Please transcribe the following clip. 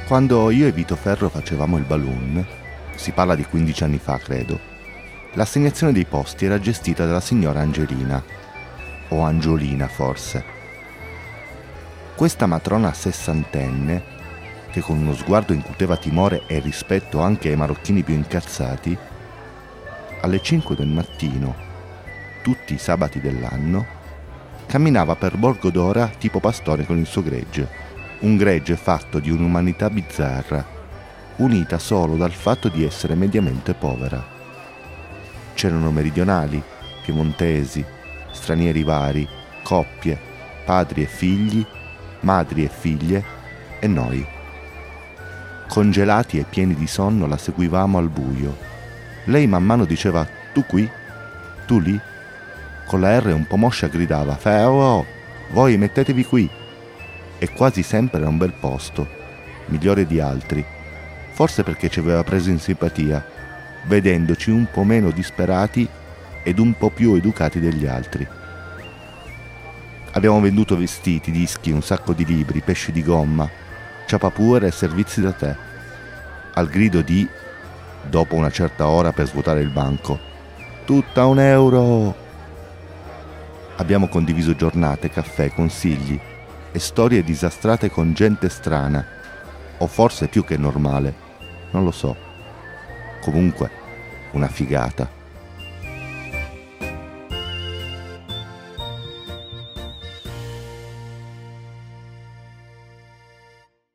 Quando io e Vito Ferro facevamo il balloon, si parla di 15 anni fa credo, l'assegnazione dei posti era gestita dalla signora Angelina, o Angiolina forse. Questa matrona sessantenne, che con uno sguardo incuteva timore e rispetto anche ai marocchini più incazzati, alle 5 del mattino, tutti i sabati dell'anno, camminava per Borgo d'Ora tipo pastore con il suo gregge, un gregge fatto di un'umanità bizzarra, unita solo dal fatto di essere mediamente povera. C'erano meridionali, piemontesi, stranieri vari, coppie, padri e figli, madri e figlie e noi. Congelati e pieni di sonno la seguivamo al buio. Lei man mano diceva tu qui, tu lì. Con la R un po' moscia gridava oh, voi mettetevi qui. E quasi sempre era un bel posto, migliore di altri, forse perché ci aveva preso in simpatia, vedendoci un po' meno disperati ed un po' più educati degli altri. Abbiamo venduto vestiti, dischi, un sacco di libri, pesci di gomma, ciapapuere e servizi da tè, al grido di, dopo una certa ora per svuotare il banco, tutta €1. Abbiamo condiviso giornate, caffè, consigli e storie disastrate con gente strana, o forse più che normale, non lo so. Comunque, una figata.